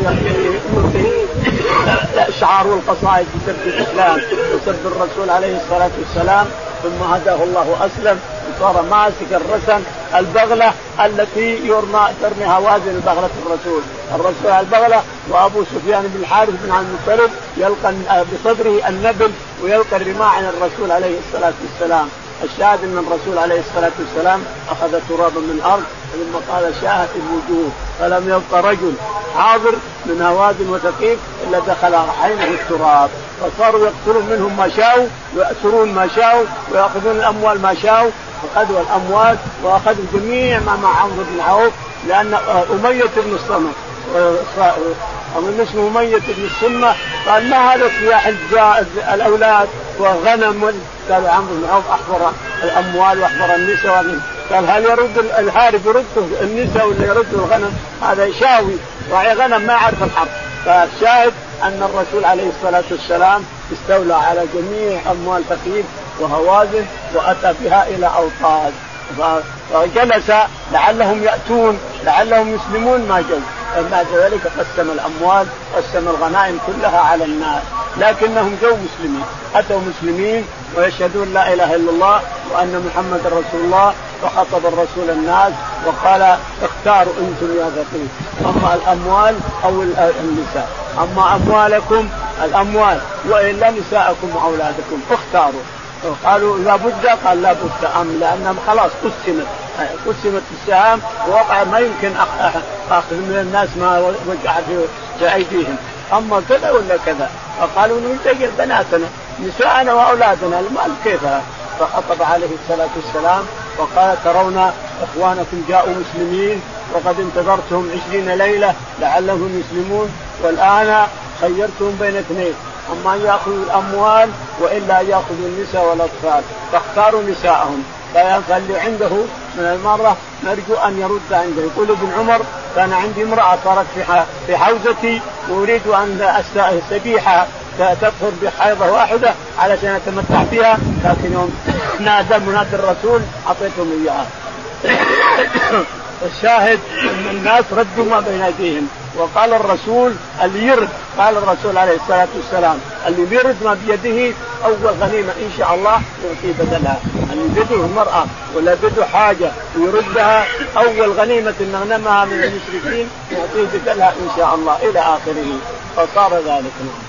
يلقي الأشعار والقصائد بسب الإسلام وسب الرسول عليه الصلاة والسلام، ثم هداه الله أسلم وصار ماسك الرسن البغلة التي ترمي هوازن البغلة الرسول على البغلة، وأبو سفيان بن الحارث بن عبد المطلب يلقى بصدره النبل ويلقى الرماح عن الرسول عليه الصلاة والسلام. الشاهد ان الرسول عليه الصلاة والسلام اخذ ترابا من الارض ثم قال شاهت الوجوه، فلم يبق رجل حاضر من هوازن وثقيف الا دخل عينه التراب، فصاروا يقتلون منهم ما شاءوا ويأسرون ما شاءوا ويأخذون الاموال ما شاءوا، فأخذوا الاموال واخذوا جميع ما مع عمرو بن عوف، لان أمية بن الصمت ومن اسمه أمية بن الصمة قال ما هذا سياح الأولاد وغنم. قال عمرو بن عوف أحضر الأموال وأحضر النساء، قال هل يرد الحارب يرد النساء ولا يرد الغنم؟ هذا شاوي راعي غنم ما يعرف الحرب. فالشاهد أن الرسول عليه الصلاة والسلام استولى على جميع أموال ثقيف وهوازن وأتى بها إلى أوطاد، فجلس لعلهم يأتون لعلهم يسلمون ما جو، بعد ذلك قسم الأموال قسم الغنائم كلها على الناس، لكنهم جو مسلمين أتوا مسلمين ويشهدون لا إله إلا الله وأن محمد رسول الله. فخطب الرسول الناس وقال اختاروا أنتم يا ثقيف، أما الأموال أو النساء، أما أموالكم الأموال وإلا نساءكم وأولادكم اختاروا. قالوا لا بد، قال لا بد لأنهم خلاص قسمت السهام ووقع ما يمكن أخذ من الناس ما وقع في أيديهم، أما كذا ولا كذا. فقالوا ننتقل بناتنا نساءنا وأولادنا المال كيفها. فخطب عليه الصلاة والسلام وقال ترون إخوانكم جاءوا مسلمين وقد انتظرتهم 20 ليلة لعلهم يسلمون، والآن خيرتهم بين اثنين، أما أن يأخذوا الأموال وإلا يأخذوا النساء والأطفال، فاختاروا نساءهم. فاللي عنده من المرة نرجو أن يرد عنده. يقول ابن عمر كان عندي امرأة صارت في حوزتي وأريد أن أستبيحها تطهر بحيضة واحدة علشان أتمتع بها، لكن يوم نادى منادي الرسول أعطيتهم إياها. الشاهد أن الناس ردوا ما بين أيديهم، وقال الرسول اللي يرد، قال الرسول عليه الصلاة والسلام اللي يرد ما بيده أول غنيمة إن شاء الله يعطيه بدلها. اللي بده المرأة ولا بده حاجة ويردها أول غنيمة نغنمها من المشركين يعطيه بدلها إن شاء الله إلى آخره. فصار ذلك.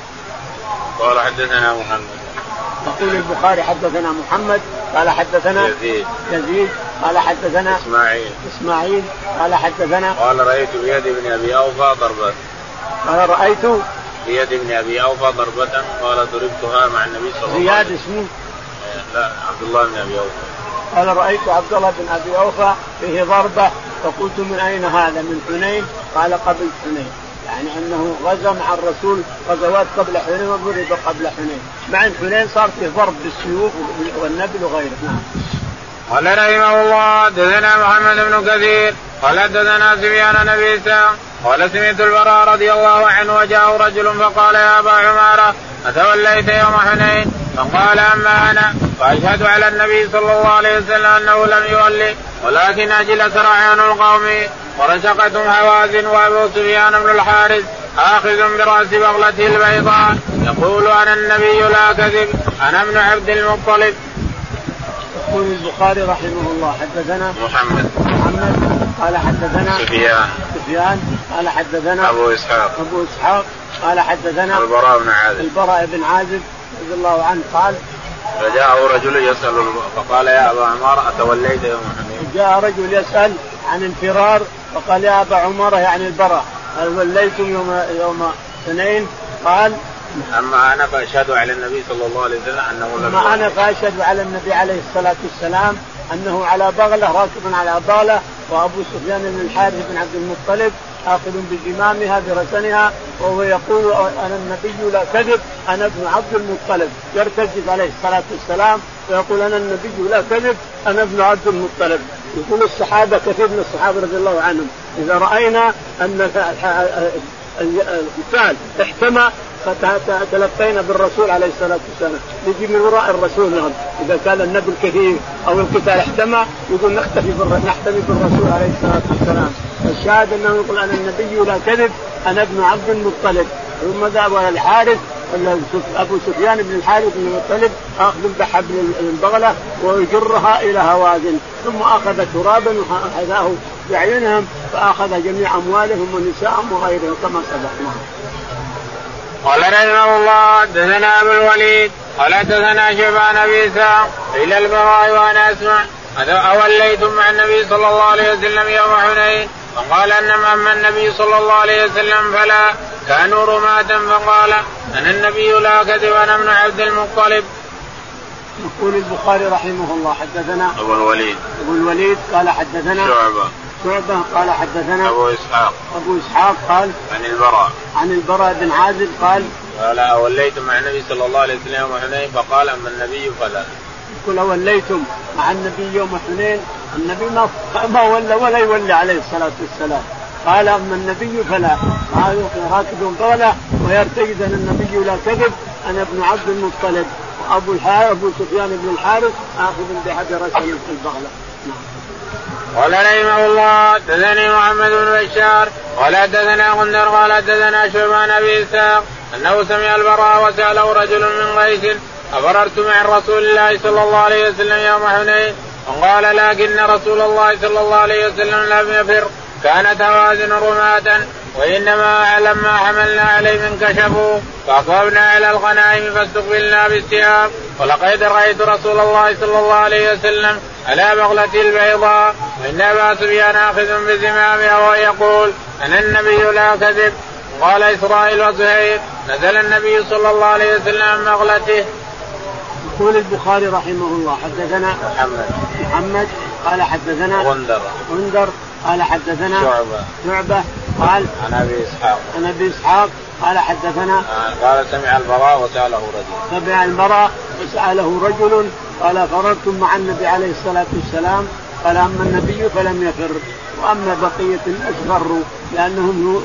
قال حدثنا محمد. يقول البخاري حدثنا محمد قال حدثنا يزيد قال حدثنا إسماعيل قال حدثنا قال رأيت بيد ابن أبي أوفى ضربة. قال رأيت بيد ابن أبي أوفى ضربة قال ضربتها مع النبي صلى الله عليه وسلم. زياد اسمه؟ لا عبد الله بن أبي أوفى. قال رأيت عبد الله بن أبي أوفى فيه ضربة، فقلت من أين هذا؟ من حنين. قال قبل حنين، يعني أنه غزا مع الرسول غزوات قبل حنين وضرب قبل حنين. مع حنين صار فيه ضرب بالسيوف والنبل وغيره. قال رحمه الله دثنا محمد بن كثير قال دثنا سفيان بن عيسى قال سمعت البراء رضي الله عنه وجاءه رجل فقال يا أبا عمارة أتوليت يوم حنين؟ فقال أما أنا فأشهد على النبي صلى الله عليه وسلم أنه لم يولي ولكن أجلس رعيان القوم ورشقتهم هوازن وأبو سفيان بن الحارث آخذ برأس بغلته البيضاء يقول أنا النبي لا كذب أنا ابن عبد المطلب. يقول البخاري رحمه الله حدثنا محمد قال حدثنا سفيان قال حدثنا أبو إسحاق قال حدثنا البراء بن عازب رضي الله عنه قال فجاءه رجل يسأل فقال يا أبا عمارة أتوليت يوم حنين؟ جاء رجل يسأل عن انفرار فقال يا أبا عمارة يعني البراء هل وليتم يوم حنين؟ قال أما أنا فأشهد على النبي صلى الله عليه وسلم أنه لم أما أنا فأشهد على النبي عليه الصلاة والسلام أنه على بغلة راكب على باله، وأبو سفيان بن الحارث بن عبد المطلب آخذ بزمامها برسنها وهو يقول أنا النبي لا كذب أنا ابن عبد المطلب، يرتجف عليه الصلاة والسلام ويقول أنا النبي لا كذب أنا ابن عبد المطلب. يقول الصحابة كثير من الصحابة رضي الله عنهم إذا رأينا أن الفعل احتمى فتلقينا بالرسول عليه الصلاة والسلام نجي من وراء الرسول نعم. إذا كان النبي الكثير أو القتال احتمى يقول نحتمي بالرسول عليه الصلاة والسلام. الشاهد أنه يقول أنا النبي لا كذب أنا ابن عبد المطلب. ثم ذهب إلى الحارث أبو سفيان بن الحارث بن المطلب أخذ بحبل البغلة ويجرها إلى هوازن ثم أخذ ترابا وحذاه بعينهم فأخذ جميع أموالهم ونساءهم وغيرهم كما سبق. قال رحمه الله دثنا أبو الوليد قال دثنا شيبان أبي إسحاق إلى البراء وأنا أسمع أوليتم مع النبي صلى الله عليه وسلم يوم حنين؟ فقال أنما أما النبي صلى الله عليه وسلم فلا كانوا رماة فقال أنا النبي لا كذب أنا ابن عبد المطلب. يقول البخاري رحمه الله حدثنا أبو الوليد قال حدثنا شعبة قال حدثنا أبو إسحاق قال عن البراء بن عازب قال أوليتم مع النبي صلى الله عليه وسلم يوم حنين فقال أما النبي فلا. يقول أوليتم مع النبي يوم حنين النبي ما ولا يولي عليه الصلاة والسلام. قال أما النبي فلا راكب طولة ويرتجد أن النبي لا كذب أنا ابن عبد المطلب أبو سفيان بن الحارث آخذ بحجر رسل في البغلة. قال رحمه الله دثني محمد بن بشار قال دثنا غندر قال دثنا شيبان أبي إسحاق أنه سمع البراء وسأله رجل من قيس أفررت مع رسول الله صلى الله عليه وسلم يوم حنين؟ وقال لكن رسول الله صلى الله عليه وسلم لم يفر كانت هوازن رماة وإنما لما حملنا عليه من كشفوا فأصبنا على الغنائم فاستقبلنا بالسهام ولقد رأيت رسول الله صلى الله عليه وسلم على بغلة البيضاء وإن أبا سفيان آخذ بزمامها ويقول أنا النبي لا كذب. قال إسرائيل وزهير نزل النبي صلى الله عليه وسلم عن بغلته. يقول البخاري رحمه الله حدثنا محمد قال حدثنا غندر قال حدثنا شعبة قال عن أبي إسحاق قال حدثنا قال سمع البراء وسأله رجل قال فررتم مع النبي عليه الصلاة والسلام قال أما النبي فلم يفر وأما بقية الناس فروا لأنهم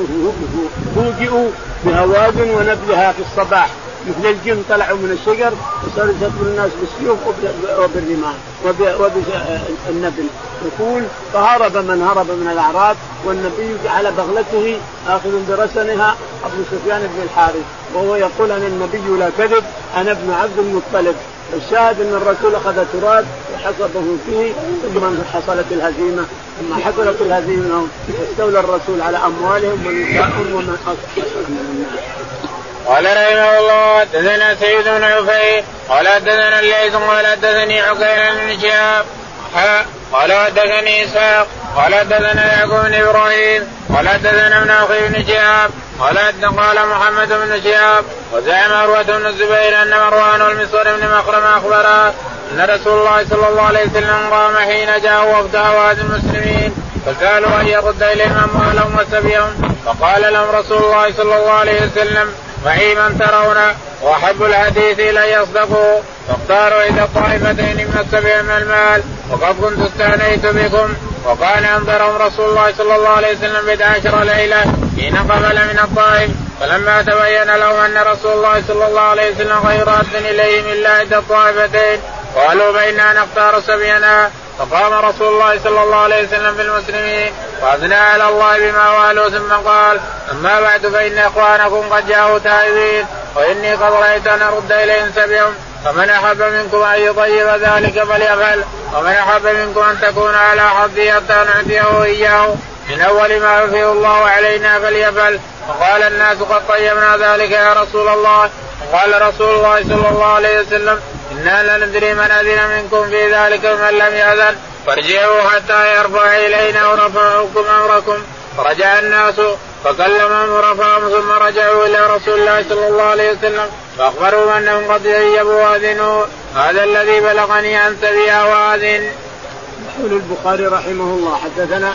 فوجئوا بهوازن ونبلها في الصباح مثل الجن طلعوا من الشجر وصاروا يقتلون الناس بالسيوف وبالرماح وبالنبل. يقول فهرب من هرب من الأعراب والنبي على بغلته آخذ برسنها أبو سفيان بن الحارث وهو يقول أن النبي لا كذب أنا ابن عبد المطلب. الشاهد أن الرسول أخذ تراب وحصبه فيه ثم حصلت الهزيمة. ثم حصلت الهزيمة استولى الرسول على أموالهم ونسائهم ومن أصبح من الناس. قال رحمه الله حدثنا سعيد بن عفير قال حدثنا الليث قال حدثني عقيل بن شهاب قال حدثني إسحاق قال حدثنا يعقوب بن إبراهيم قال حدثنا ابن أخي بن شهاب قال محمد بن شهاب وزعم عروة بن الزبير أن مروان والمسور بن مخرمة أخبره أن رسول الله صلى الله عليه وسلم قام حين جاءوا وفد هوازن المسلمين فسألوا أن يرد إليهم أموالهم وسبيهم فقال لهم رسول الله صلى الله عليه وسلم معي من ترون وأحب الحديث لن يصدقوا فاختاروا إلى الطائفتين من السبع من المال وقد كنت استعنيت بكم. وكان أنظرهم رسول الله صلى الله عليه وسلم 11 ليلة حين قبل من الطائف فلما تبين لهم أن رسول الله صلى الله عليه وسلم غير رد إليهم إلا إحدى الطائفتين قالوا بيننا نختار سبينا. فقام رسول الله صلى الله عليه وسلم بالمسلمين وأثنى على الله بما والوا ثم قال أما بعد فإن إخوانكم قد جاءوا تائبين وإني قد رأيت أن أرد إليهم سبيهم فمن أحب منكم أن يطيب ذلك فليفعل ومن أحب منكم أن تكون على حظه حتى نعطيه إياه من أول ما يوفيه الله علينا فليفعل. فقال الناس قد طيبنا ذلك يا رسول الله. وقال رسول الله صلى الله عليه وسلم إنا لا ندري من أذن منكم في ذلك ومن لم يأذن فارجعوا حتى يرفع إلينا ورفعكم أمركم. فرجع الناس فكلمهم ورفعهم ثم رجعوا إلى رسول الله صلى الله عليه وسلم فأخبروا أنهم قد طيبوا وأذنوا. هذا الذي بلغني أنت بها وأذن. يقول البخاري رحمه الله حدثنا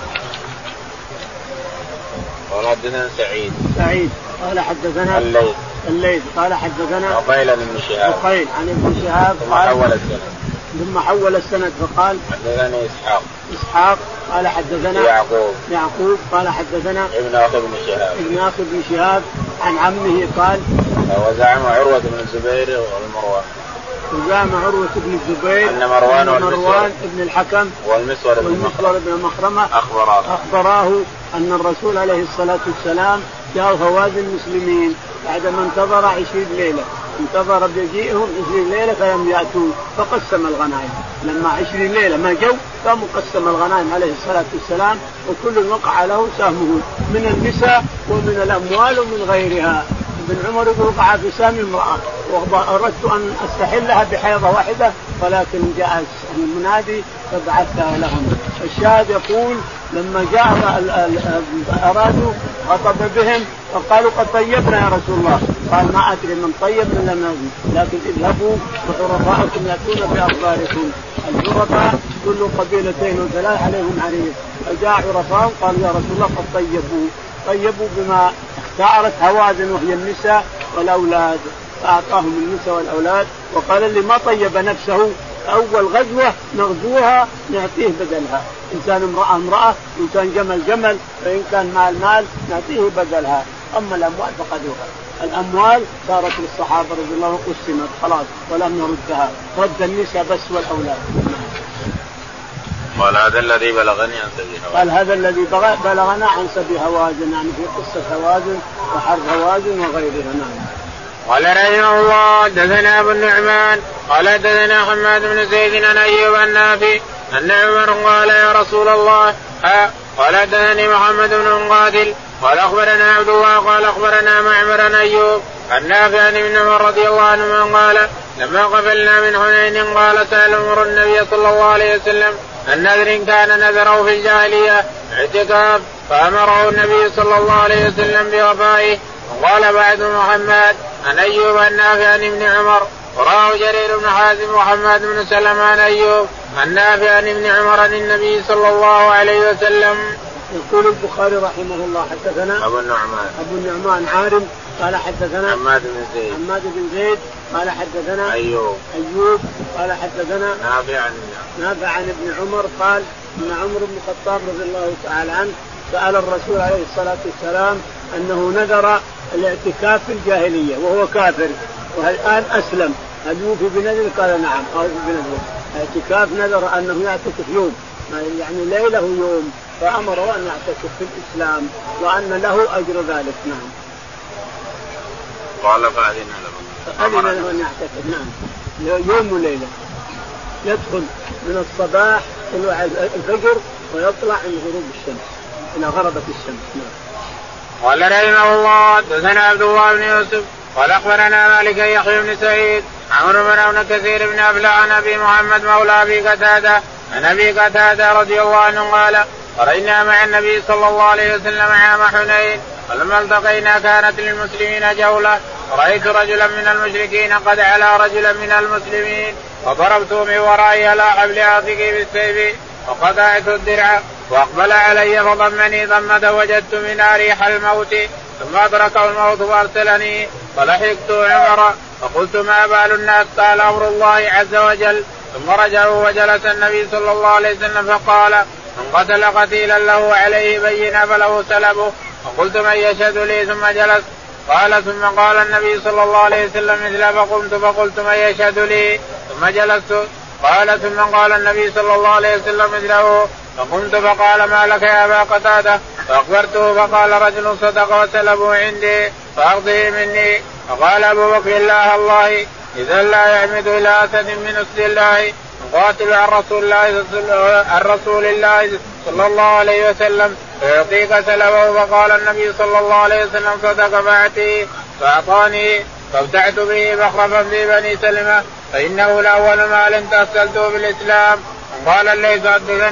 قال حدثنا سعيد قال حدثنا الليث قال حدثنا عقيل بن شهاب عن ابن شهاب ثم حول السند فقال حدثنا إسحاق قال حدثنا يعقوب قال حدثنا ابن أخي بن شهاب عن عمه قال وزعم عروة بن الزبير والمروان وزعم عروة بن الزبير أن مروان بن الحكم والمسور بن مخرمة أخبراه أن الرسول عليه الصلاة والسلام جاء هوازن المسلمين بعدما انتظر 20 ليلة انتظر بيجيئهم 20 ليلة فلم يأتوا فقسم الغنائم. لما 20 ليلة ما جو قام قسم الغنائم عليه الصلاة والسلام وكل وقع له سهمه من النساء ومن الأموال ومن غيرها. ابن عمر وقع في سهم امرأة وأردت أن أستحلها بحيضة واحدة ولكن جاء المنادي فبعثها لهم. الشاهد يقول لما جاء أرادوا خطب بهم فقالوا قد طيبنا يا رسول الله. قال ما أدري من طيب من لم يزل لكن اذهبوا وحرفاءكم يأتون بأخباركم. الحرفاء كل قبيلتين وثلاث عليهم عريس فجاء عرفاء قالوا يا رسول الله قد طيبوا بما اختارت هوازن وهي النساء والأولاد فأعطاهم النساء والأولاد. وقال اللي ما طيب نفسه أول غزوة نغزوها نعطيه بدلها. إنسان امرأة إنسان جمل فإن كان مال نعطيه بدلها. أما الأموال فقد الأموال صارت للصحابة رضي الله عنهم قسمت خلاص ولم نردها رد النساء بس والأولاد. قال هذا الذي بلغنا عن سبي هوازن يعني في قصة هوازن وحرب هوازن وغيرها. قال رحمه الله حدثنا أبو النعمان قال حدثنا حماد بن زيد عن أيوب النافع أن عمر قال يا رسول الله قال حدثني محمد بن مقاتل قال أخبرنا عبد الله قال أخبرنا معمر عن أيوب عن نافع عن ابن عمر رضي الله عنهما قال لما قبلنا من حنين قال سأل عمر النبي صلى الله عليه وسلم عن نذر كان نذره في الجاهلية اعتكاف فأمره النبي صلى الله عليه وسلم بوفائه. وقال بعد محمد عن أيوب النافع عن ابن عمر وراه جرير بن حازم وحماد بن سلمة عن أيوب عن نافع عن ابن عمر عن النبي صلى الله عليه وسلم. يقول البخاري رحمه الله حدثنا أبو النعمان عارم قال حدثنا حماد بن زيد قال حدثنا أيوب قال حدثنا نافع عن ابن عمر قال ان عمر بن الخطاب رضي الله تعالى عنه سأل الرسول عليه الصلاة والسلام أنه نذر الاعتكاف في الجاهلية وهو كافر والآن أسلم هل يوفي بنذر؟ قال نعم أوفي بنذر. اعتكاف نذر أنه يعتكف يوم يعني ليله يوم فأمره أن يعتكف في الإسلام وأن له أجر ذلك. نعم. قال فأذن له أن يعتكف نعم يوم وليلة يدخل من الصباح طلوع الفجر ويطلع من غروب الشمس إلى غربة الشمس. نعم. قال رحمه الله حدثنا عبد الله بن يوسف قال أخبرنا مالك يحيى بن سعيد عمرو بن كثير بن أبلع عن أبي محمد مولى أبي قتادة عن أبي قتادة رضي الله عنه قال قرأنا مع النبي صلى الله عليه وسلم عام حنين فلما التقينا كانت للمسلمين جولة رأيت رجلا من المشركين قد على رجلا من المسلمين فضربته من ورائي على حبل عاتقه بالسيف وقطعت الدرع وأقبل علي فضمني ضمة وجدت من ريح الموت ثم أدركه الموت فأرسلني فلحقت عمر فقلت ما بال الناس؟ قال أمر الله عز وجل. ثم رجعوا وجلس النبي صلى الله عليه وسلم فقال من قتل قتيلا له عليه بينة فله سلبه. فقلت من يشهد لي؟ ثم جلس. قال ثم قال النبي صلى الله عليه وسلم مثله فقمت فقلت من يشهد لي؟ ثم جلست. قال ثم قال النبي صلى الله عليه وسلم مثله فقمت فقال ما لك يا أبا قتادة؟ فأخبرته فقال رجل صدق وسلبه عندي فأرضه مني. فقال أبو بكر الله إذا لا يعمد إلى أسد من أسد الله قاتل عن رسول الله صلى الله عليه وسلم فيعطيك سلبه. فقال النبي صلى الله عليه وسلم صدق فأعطاني فابتعت به مخرفا في بني سلمة فإنه الأول مال تأصلته بالإسلام. قال الليث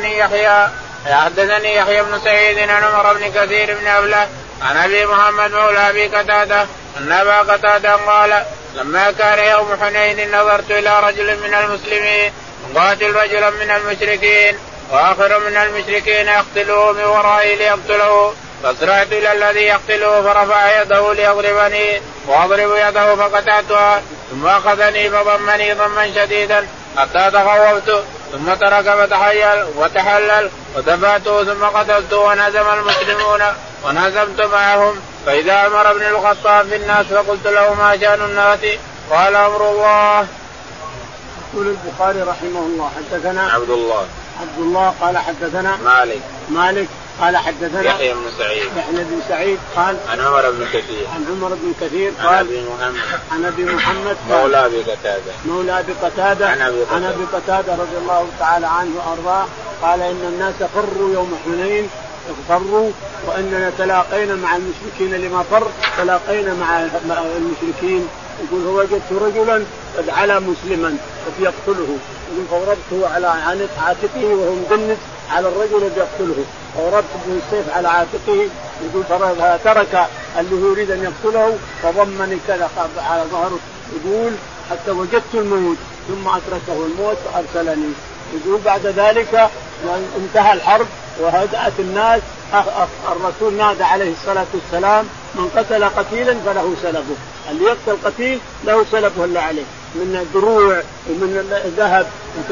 حدثني يحيى بن سعيد عن عمر بن كثير بن أبله عن أبي محمد مولى أبي قتادة أن أبا قتادة قال لما كان يوم حنين نظرت إلى رجل من المسلمين قاتل رجلا من المشركين وآخر من المشركين يقتله من ورائي ليقتله فأسرعت إلى الذي يقتله فرفع يده ليضربني وأضرب يده فقطعتها ثم أخذني فضمني ضما شديدا حتى تخوفت ثم ترك وتحلل ودفعته ثم قتلته ونهزم المسلمون ونهزمت معهم فإذا عمر بن الخطاب في الناس فقلت له ما شأن الناس؟ قال أمر الله. يقول البخاري رحمه الله حدثنا عبد الله قال حدثنا مالك قال حدثنا يحيى بن سعيد قال عن عمر بن كثير قال عن أبي محمد مولى أبي قتادة عن أبي قتادة رضي الله تعالى عنه وأرضاه قال إن الناس فروا يوم حنين فروا وأننا تلاقينا مع المشركين لما فر تلاقينا مع المشركين. يقول هو وجدت رجلا قد على مسلما فيقتله يقول فضربته على عاتقه وهو مجند على الرجل يقتله فضربت بالسيف على عاتقه يقول ترك اللي يريد أن يقتله فضمني كذا على ظهره يقول حتى وجدت الموت ثم أتركه الموت فأرسلني. يقول بعد ذلك انتهى الحرب وهدأت الناس الرسول نادى عليه الصلاة والسلام من قتل قتيلا فله سلبه. اللي يقتل قتيل له سلبه اللي عليه من دروع ومن ذهب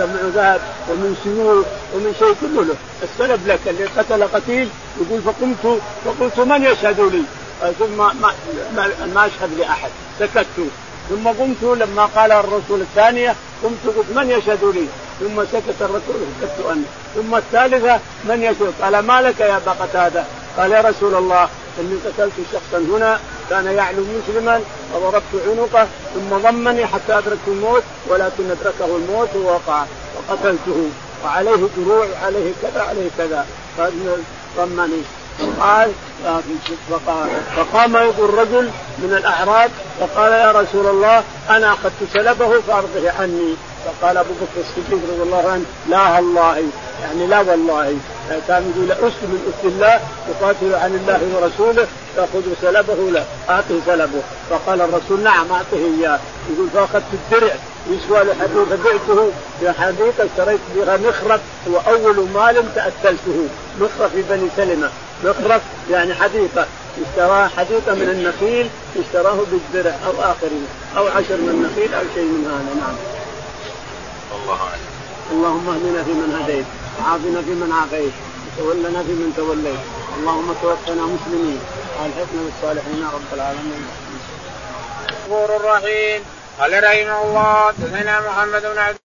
ومن سيوف ومن شيء كله له السلب لك. اللي قتل قتيل يقول فقلت من يشهد لي؟ ثم ما أشهد لأحد سكت. ثم قمت لما قال الرسول الثانية قمت قلت من يشهد لي؟ ثم سكت الرسول سكت أنا. ثم الثالثة من يشهد؟ قال ما لك يا أبا قتادة؟ قال يا رسول الله إني قتلت شخصا هنا كان يعلو مسلما وضربت عنقه ثم ضمني حتى أدركت الموت ولكن أدركه الموت ووقع وقتلته وعليه دروع عليه كذا ضمني. فقام يقول رجل من الأعراب فقال يا رسول الله أنا أخذت سلبه فأرضه عني فقال أبو بكر الصديق رضي الله عنه لا والله، يعني لا والله، كان يقول أسلم من أسل الله يقاتل عن الله ورسوله تأخذ سلبه له أعطه سلبه. فقال الرسول نعم أعطه إياه. يقول فأخذت الدرع يسوى لحديقة بعته في حديقة اشتريت بها مخرف، هو أول مال تأكلته، مخرف في بني سلمة، مخرف يعني حديقة اشتراه حديقة من النخيل اشتراه بالدرع أو آخرين أو 10 من النخيل أو شيء من هذا. نعم. الله أعلم. اللهم اهدنا فيمن هديت وعافنا فيمن عافيت وتولنا فيمن توليت اللهم توفنا مسلمين والحقنا بالصالحين يا رب العالمين. الغفور الرحيم. قال رحمه الله حدثنا محمد بن عبد